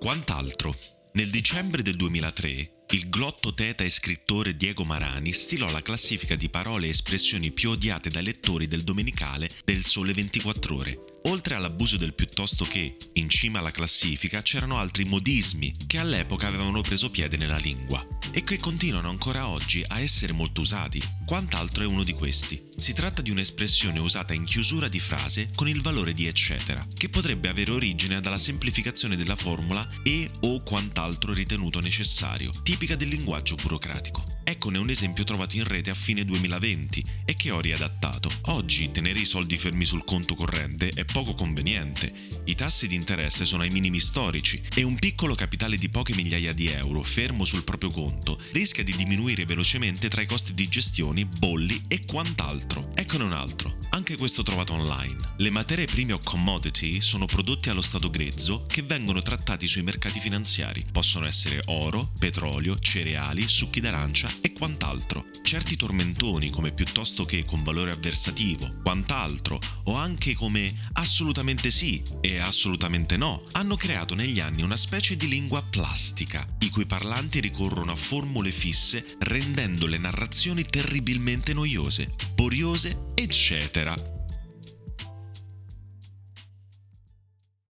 Quant'altro. Nel dicembre del 2003, il glottoteta e scrittore Diego Marani stilò la classifica di parole e espressioni più odiate dai lettori del domenicale del Sole 24 Ore. Oltre all'abuso del piuttosto che, in cima alla classifica c'erano altri modismi che all'epoca avevano preso piede nella lingua e che continuano ancora oggi a essere molto usati. Quant'altro è uno di questi. Si tratta di un'espressione usata in chiusura di frase con il valore di eccetera, che potrebbe avere origine dalla semplificazione della formula e o quant'altro ritenuto necessario, tipica del linguaggio burocratico. Eccone un esempio trovato in rete a fine 2020 e che ho riadattato. Oggi tenere i soldi fermi sul conto corrente è poco conveniente. I tassi di interesse sono ai minimi storici e un piccolo capitale di poche migliaia di euro fermo sul proprio conto rischia di diminuire velocemente tra i costi di gestione, bolli e quant'altro. Eccone un altro, anche questo trovato online. Le materie prime o commodity sono prodotti allo stato grezzo che vengono trattati sui mercati finanziari. Possono essere oro, petrolio, cereali, succhi d'arancia e quant'altro. Certi tormentoni come piuttosto che con valore avversativo, quant'altro o anche come assolutamente sì e assolutamente no hanno creato negli anni una specie di lingua plastica, i cui parlanti ricorrono a formule fisse rendendo le narrazioni terribilmente noiose, boriose, eccetera.